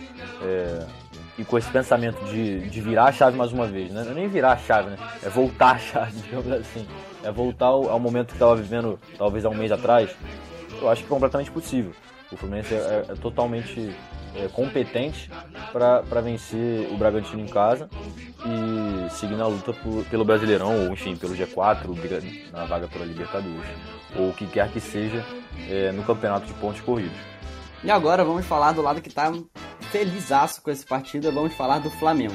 e com esse pensamento de virar a chave mais uma vez, né? Não é nem virar a chave, né? É voltar a chave, digamos assim. É voltar ao momento que estava vivendo talvez há um mês atrás. Eu acho que é completamente possível. O Fluminense é totalmente competente para vencer o Bragantino em casa e seguir na luta pelo Brasileirão, ou enfim, pelo G4, na vaga pela Libertadores, ou o que quer que seja no campeonato de pontos corridos. E agora vamos falar do lado que tá felizaço com esse partido, vamos falar do Flamengo.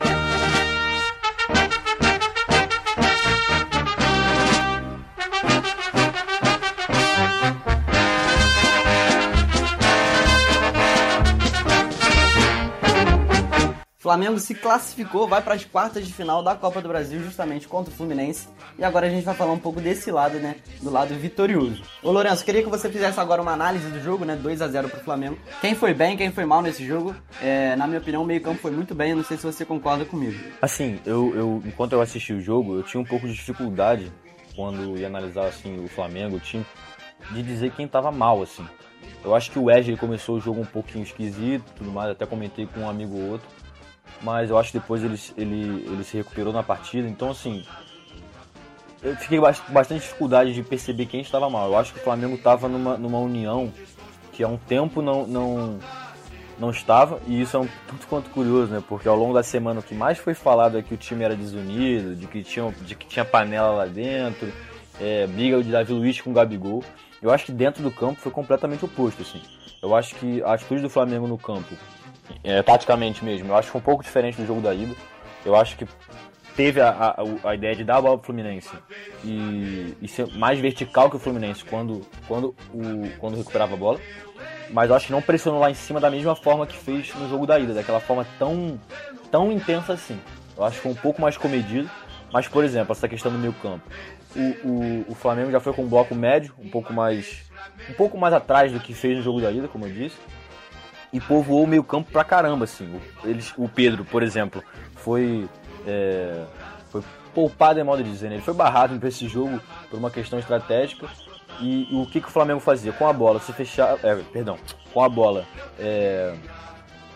Flamengo se classificou, vai para as quartas de final da Copa do Brasil, justamente contra o Fluminense. E agora a gente vai falar um pouco desse lado, né? Do lado vitorioso. Ô Lourenço, queria que você fizesse agora uma análise do jogo, né? 2-0 pro Flamengo. Quem foi bem, quem foi mal nesse jogo? Na minha opinião, o meio-campo foi muito bem. Eu não sei se você concorda comigo. Assim, enquanto eu assisti o jogo, eu tinha um pouco de dificuldade quando ia analisar assim, o Flamengo, o time, de dizer quem tava mal, assim. Eu acho que o Wesley começou o jogo um pouquinho esquisito, tudo mais, até comentei com um amigo ou outro. Mas eu acho que depois ele se recuperou na partida. Então, assim, eu fiquei com bastante dificuldade de perceber quem estava mal. Eu acho que o Flamengo estava numa união que há um tempo não estava. E isso é um tanto quanto curioso, né? Porque ao longo da semana o que mais foi falado é que o time era desunido, de que tinha panela lá dentro, briga de Davi Luiz com o Gabigol. Eu acho que dentro do campo foi completamente oposto, assim. Eu acho que a atitude do Flamengo no campo, taticamente mesmo, eu acho que foi um pouco diferente do jogo da ida. Eu acho que teve a ideia de dar a bola pro Fluminense e ser mais vertical que o Fluminense quando recuperava a bola, mas eu acho que não pressionou lá em cima da mesma forma que fez no jogo da ida, daquela forma tão intensa assim. Eu acho que foi um pouco mais comedido, mas, por exemplo, essa questão do meio campo, o Flamengo já foi com um bloco médio, um pouco mais atrás do que fez no jogo da ida, como eu disse, e povoou o meio campo pra caramba, assim. O Pedro, por exemplo, foi poupado, é modo de dizer, né? Ele foi barrado para esse jogo por uma questão estratégica. E o que o Flamengo fazia? Com a bola, se fechar... com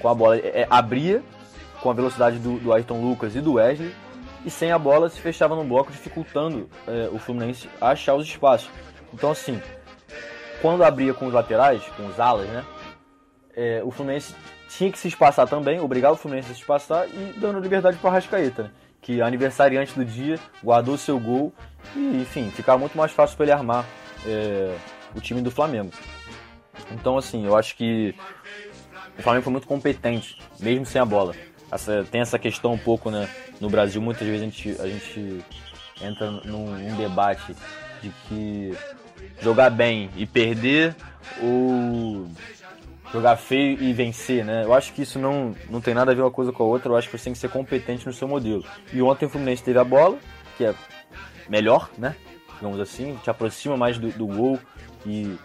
Com a bola abria com a velocidade do Ayrton Lucas e do Wesley, e sem a bola se fechava no bloco, dificultando o Fluminense a achar os espaços. Então, assim, quando abria com os laterais, com os alas, né, o Fluminense tinha que se espaçar também, obrigava o Fluminense a se espaçar e dando liberdade para o Arrascaeta, né, que aniversariante do dia, guardou seu gol e, enfim, ficava muito mais fácil para ele armar o time do Flamengo. Então, assim, eu acho que o Flamengo foi muito competente, mesmo sem a bola. Tem essa questão um pouco, né, no Brasil, muitas vezes a gente entra num debate de que jogar bem e perder ou jogar feio e vencer, né? Eu acho que isso não tem nada a ver uma coisa com a outra, eu acho que você tem que ser competente no seu modelo. E ontem o Fluminense teve a bola, que é melhor, né? Digamos assim, te aproxima mais do gol e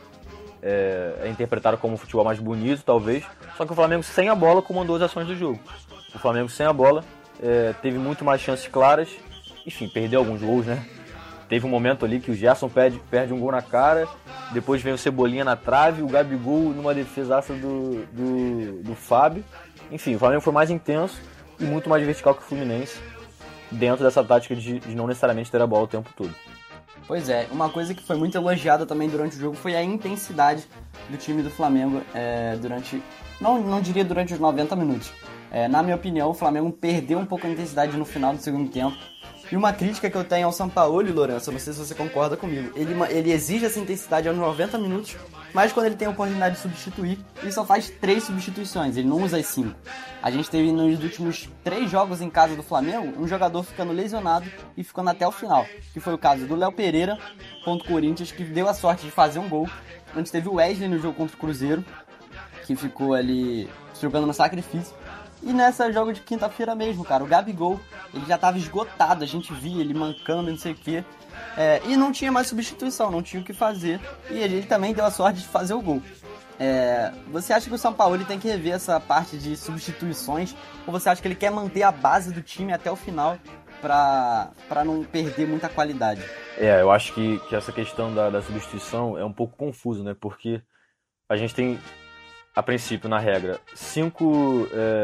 é interpretado como um futebol mais bonito, talvez. Só que o Flamengo sem a bola comandou as ações do jogo. O Flamengo sem a bola teve muito mais chances claras, enfim, perdeu alguns gols, né? Teve um momento ali que o Gerson perde um gol na cara, depois vem o Cebolinha na trave, o Gabigol numa defesaça do Fábio. Enfim, o Flamengo foi mais intenso e muito mais vertical que o Fluminense, dentro dessa tática de não necessariamente ter a bola o tempo todo. Pois é, uma coisa que foi muito elogiada também durante o jogo foi a intensidade do time do Flamengo durante, não diria durante os 90 minutos. Na minha opinião, o Flamengo perdeu um pouco a intensidade no final do segundo tempo. E uma crítica que eu tenho ao Sampaoli, Lourenço, não sei se você concorda comigo, ele exige essa intensidade aos 90 minutos, mas quando ele tem a oportunidade de substituir, ele só faz 3 substituições, ele não usa as 5. A gente teve nos últimos 3 jogos em casa do Flamengo, um jogador ficando lesionado e ficando até o final, que foi o caso do Léo Pereira contra o Corinthians, que deu a sorte de fazer um gol. A gente teve o Wesley no jogo contra o Cruzeiro, que ficou ali jogando no sacrifício. E nessa jogo de quinta-feira mesmo, cara, o Gabigol, ele já tava esgotado, a gente via ele mancando e não sei o quê. E não tinha mais substituição, não tinha o que fazer. E ele também deu a sorte de fazer o gol. Você acha que o Sampaoli tem que rever essa parte de substituições? Ou você acha que ele quer manter a base do time até o final pra não perder muita qualidade? Eu acho que essa questão da substituição é um pouco confuso, né? Porque a gente tem, a princípio, na regra, 5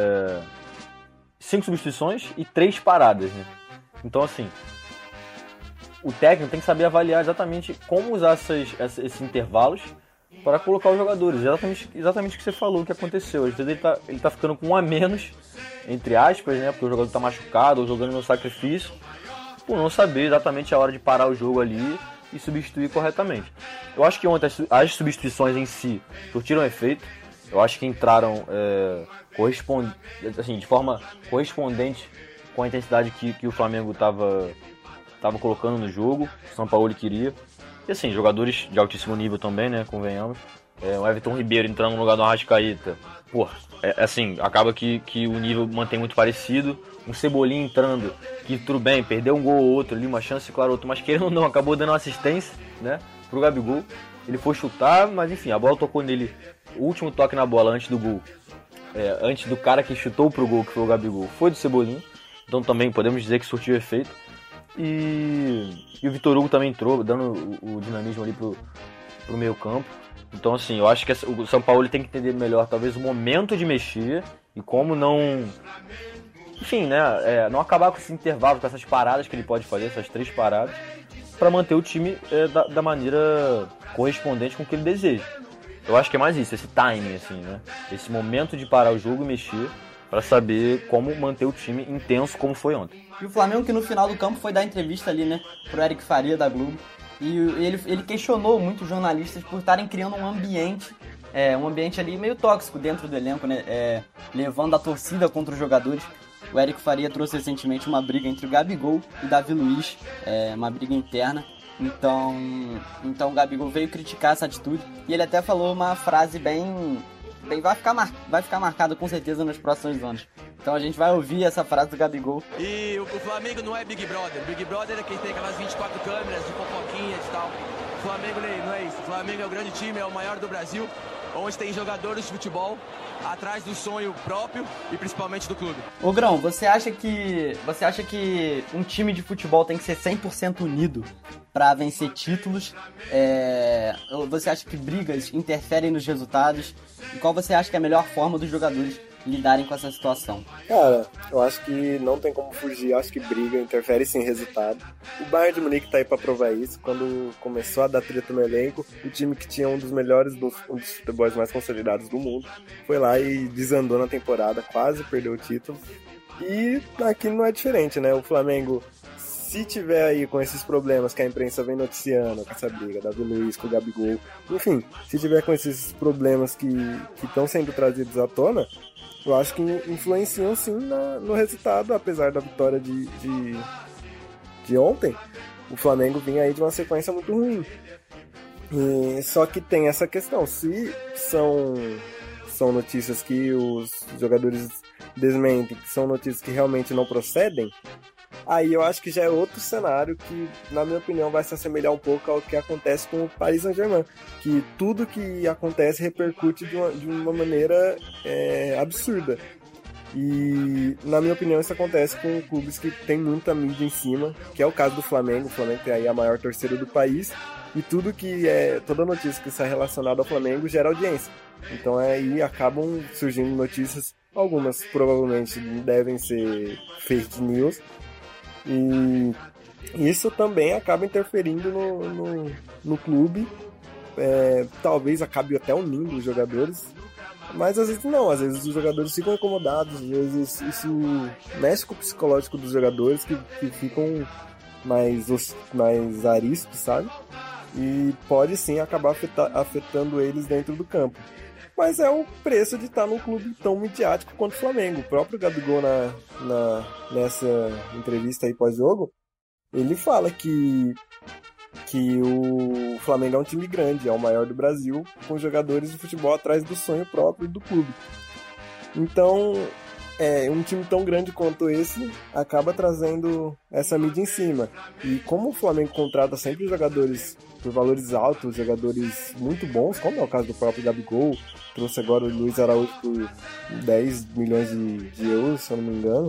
substituições e 3 paradas, né? Então, assim, o técnico tem que saber avaliar exatamente como usar esses intervalos para colocar os jogadores. Exatamente o que você falou, o que aconteceu. Às vezes ele tá ficando com um a menos, entre aspas, né? Porque o jogador tá machucado ou jogando no sacrifício, por não saber exatamente a hora de parar o jogo ali e substituir corretamente. Eu acho que ontem as substituições em si surtiram efeito. Eu acho que entraram de forma correspondente com a intensidade que o Flamengo estava colocando no jogo, o Sampaoli queria. E assim, jogadores de altíssimo nível também, né, convenhamos. O Everton Ribeiro entrando no lugar do Arrascaeta, acaba que o nível mantém muito parecido. Um Cebolinha entrando, que tudo bem, perdeu um gol ou outro ali, uma chance, claro, outro, mas querendo ou não, acabou dando uma assistência, né, pro Gabigol. Ele foi chutar, mas enfim, a bola tocou nele. O último toque na bola antes do gol, antes do cara que chutou pro gol, que foi o Gabigol, foi do Cebolinha. Então também podemos dizer que surtiu efeito. E o Vitor Hugo também entrou, dando o dinamismo ali pro meio campo. Então assim, eu acho que o São Paulo tem que entender melhor talvez o momento de mexer e como não... Enfim, né, não acabar com esse intervalo, com essas paradas que ele pode fazer, essas 3 paradas, para manter o time da maneira correspondente com o que ele deseja. Eu acho que é mais isso, esse timing, assim, né? Esse momento de parar o jogo e mexer para saber como manter o time intenso como foi ontem. E o Flamengo que no final do campo foi dar entrevista ali, né, pro Eric Faria da Globo. E ele questionou muito os jornalistas por estarem criando um ambiente ali meio tóxico dentro do elenco, né? Levando a torcida contra os jogadores. O Eric Faria trouxe recentemente uma briga entre o Gabigol e o Davi Luiz, uma briga interna. Então o Gabigol veio criticar essa atitude e ele até falou uma frase bem vai ficar marcada com certeza nos próximos anos. Então a gente vai ouvir essa frase do Gabigol. E o Flamengo não é Big Brother. Big Brother é quem tem aquelas 24 câmeras de fofoquinhas e tal. O Flamengo não é isso. O Flamengo é o grande time, é o maior do Brasil, onde tem jogadores de futebol atrás do sonho próprio e principalmente do clube. Ô Grão, você acha que um time de futebol tem que ser 100% unido para vencer títulos? Você acha que brigas interferem nos resultados? E qual você acha que é a melhor forma dos jogadores lidarem com essa situação? Cara, eu acho que não tem como fugir, eu acho que briga interfere sim em resultado. O Bayern de Munique tá aí pra provar isso. Quando começou a dar treta no elenco, o time que tinha um dos melhores, um dos futebols mais consolidados do mundo, foi lá e desandou na temporada, quase perdeu o título. E aqui não é diferente, né? O Flamengo, se tiver aí com esses problemas que a imprensa vem noticiando, com essa briga, Davi Luiz com o Gabigol, enfim, se tiver com esses problemas que estão sendo trazidos à tona, eu acho que influenciam sim no resultado, apesar da vitória de ontem. O Flamengo vinha aí de uma sequência muito ruim. Só que tem essa questão, se são notícias que os jogadores desmentem, que são notícias que realmente não procedem, aí eu acho que já é outro cenário que, na minha opinião, vai se assemelhar um pouco ao que acontece com o Paris Saint-Germain, que tudo que acontece repercute de uma maneira absurda. E, na minha opinião, isso acontece com clubes que tem muita mídia em cima, que é o caso do Flamengo. O Flamengo tem aí a maior torcida do país, e toda notícia que está relacionada ao Flamengo gera audiência. Então aí acabam surgindo notícias, algumas provavelmente devem ser fake news, e isso também acaba interferindo no clube. Talvez acabe até unindo os jogadores, mas às vezes não, às vezes os jogadores ficam incomodados, às vezes isso mexe com o psicológico dos jogadores que ficam mais ariscos, sabe? E pode sim acabar afetando eles dentro do campo. Mas é o preço de estar num clube tão midiático quanto o Flamengo. O próprio Gabigol, nessa entrevista aí pós-jogo, ele fala que o Flamengo é um time grande, é o maior do Brasil, com jogadores de futebol atrás do sonho próprio do clube. Então, um time tão grande quanto esse acaba trazendo essa mídia em cima. E como o Flamengo contrata sempre jogadores por valores altos, jogadores muito bons, como é o caso do próprio Gabigol, trouxe agora o Luiz Araújo por 10 milhões de euros, se eu não me engano.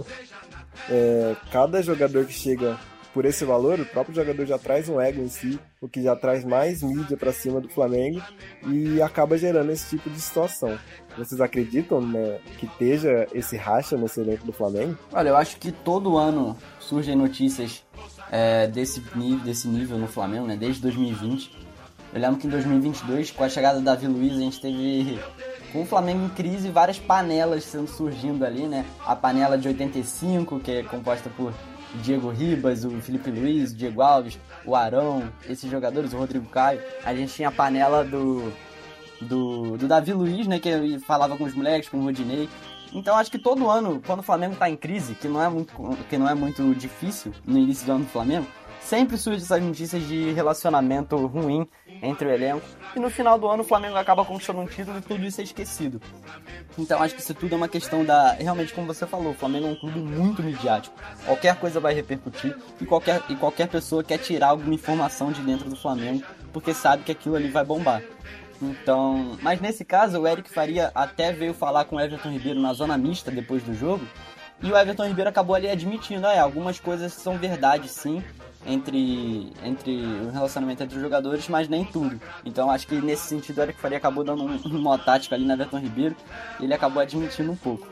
Cada jogador que chega por esse valor, o próprio jogador já traz um ego em si, o que já traz mais mídia para cima do Flamengo e acaba gerando esse tipo de situação. Vocês acreditam, né, que esteja esse racha nesse elenco do Flamengo? Olha, eu acho que todo ano surgem notícias desse nível no Flamengo, né, desde 2020. Eu lembro que em 2022, com a chegada do Davi Luiz, a gente teve, com o Flamengo em crise, várias panelas surgindo ali, né? A panela de 85, que é composta por Diego Ribas, o Felipe Luiz, o Diego Alves, o Arão, esses jogadores, o Rodrigo Caio. A gente tinha a panela do Davi Luiz, né, que falava com os moleques, com o Rodinei. Então acho que todo ano, quando o Flamengo tá em crise, que não é muito difícil no início do ano do Flamengo, sempre surgem essas notícias de relacionamento ruim entre o elenco. E no final do ano o Flamengo acaba conquistando um título e tudo isso é esquecido. Então acho que isso tudo é uma questão realmente, como você falou, o Flamengo é um clube muito midiático. Qualquer coisa vai repercutir e qualquer pessoa quer tirar alguma informação de dentro do Flamengo, porque sabe que aquilo ali vai bombar. Então, mas nesse caso o Eric Faria até veio falar com o Everton Ribeiro na zona mista depois do jogo, e o Everton Ribeiro acabou ali admitindo, algumas coisas são verdade sim, entre o relacionamento entre os jogadores, mas nem tudo. Então acho que nesse sentido o Eric Faria acabou dando uma tática ali na Everton Ribeiro, e ele acabou admitindo um pouco.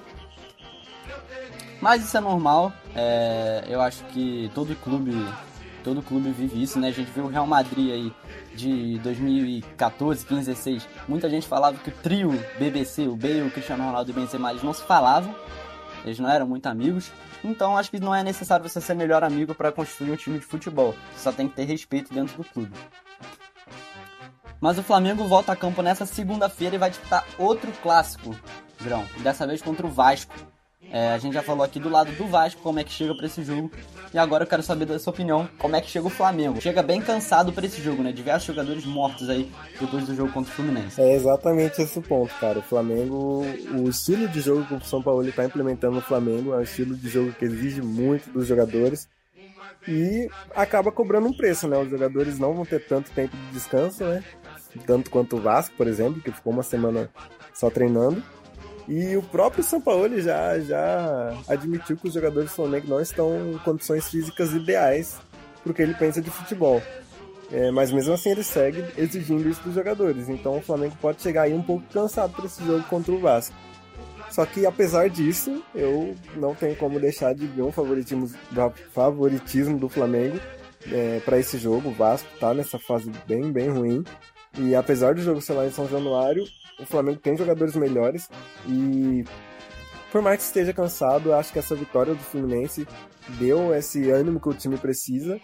Mas isso é normal, eu acho que todo clube vive isso, né? A gente viu o Real Madrid aí de 2014, 15, 16. Muita gente falava que o trio BBC, o Bale, o Cristiano Ronaldo e o Benzema, eles não se falavam. Eles não eram muito amigos. Então acho que não é necessário você ser melhor amigo para construir um time de futebol. Você só tem que ter respeito dentro do clube. Mas o Flamengo volta a campo nessa segunda-feira e vai disputar outro clássico, Grão. Dessa vez contra o Vasco. A gente já falou aqui do lado do Vasco como é que chega para esse jogo. E agora eu quero saber da sua opinião, como é que chega o Flamengo. Chega bem cansado para esse jogo, né? Diversos jogadores mortos aí depois do jogo contra o Fluminense. É exatamente esse o ponto, cara. O Flamengo, o estilo de jogo que o São Paulo está implementando no Flamengo é um estilo de jogo que exige muito dos jogadores e acaba cobrando um preço, né? Os jogadores não vão ter tanto tempo de descanso, né? Tanto quanto o Vasco, por exemplo, que ficou uma semana só treinando. E o próprio Sampaoli já admitiu que os jogadores do Flamengo não estão em condições físicas ideais para o que ele pensa de futebol. Mas mesmo assim ele segue exigindo isso dos jogadores. Então o Flamengo pode chegar aí um pouco cansado para esse jogo contra o Vasco. Só que, apesar disso, eu não tenho como deixar de ver um favoritismo do Flamengo para esse jogo. O Vasco tá nessa fase bem, bem ruim. E apesar do jogo ser lá em São Januário, o Flamengo tem jogadores melhores. E por mais que esteja cansado, eu acho que essa vitória do Fluminense deu esse ânimo que o time precisa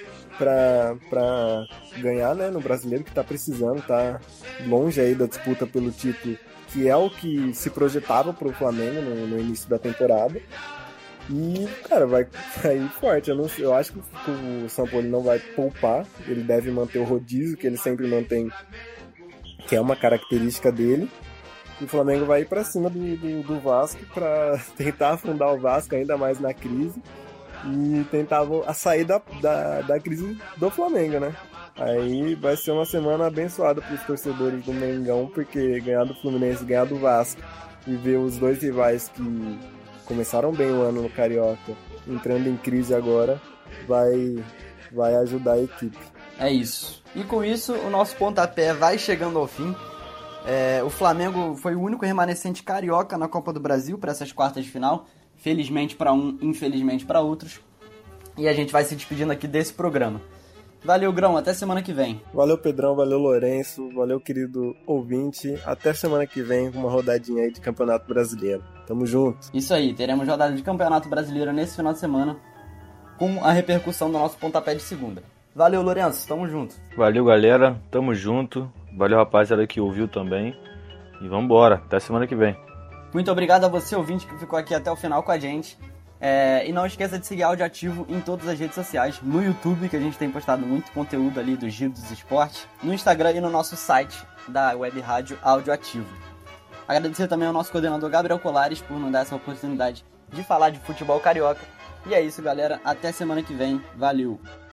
para ganhar, né, no Brasileiro, que tá precisando, tá longe aí da disputa pelo título, que é o que se projetava pro Flamengo no início da temporada. E, cara, vai ir forte. Eu acho que o São Paulo não vai poupar, ele deve manter o rodízio que ele sempre mantém, que é uma característica dele. E o Flamengo vai ir pra cima do Vasco para tentar afundar o Vasco ainda mais na crise e tentar sair da crise do Flamengo, né? Aí vai ser uma semana abençoada para os torcedores do Mengão, porque ganhar do Fluminense, ganhar do Vasco e ver os dois rivais que começaram bem o ano no Carioca entrando em crise agora vai ajudar a equipe. É isso. E com isso, o nosso pontapé vai chegando ao fim. O Flamengo foi o único remanescente carioca na Copa do Brasil para essas quartas de final. Felizmente para um, infelizmente para outros. E a gente vai se despedindo aqui desse programa. Valeu, Grão. Até semana que vem. Valeu, Pedrão. Valeu, Lourenço. Valeu, querido ouvinte. Até semana que vem com uma rodadinha aí de Campeonato Brasileiro. Tamo junto. Isso aí. Teremos rodada de Campeonato Brasileiro nesse final de semana com a repercussão do nosso pontapé de segunda. Valeu, Lourenço. Tamo junto. Valeu, galera. Tamo junto. Valeu, rapaziada que ouviu também. E vambora. Até semana que vem. Muito obrigado a você, ouvinte, que ficou aqui até o final com a gente. E não esqueça de seguir Áudio Ativo em todas as redes sociais, no YouTube, que a gente tem postado muito conteúdo ali do Giro dos Esportes, no Instagram e no nosso site da Web Rádio Áudio Ativo. Agradecer também ao nosso coordenador Gabriel Colares por nos dar essa oportunidade de falar de futebol carioca. E é isso, galera. Até semana que vem. Valeu!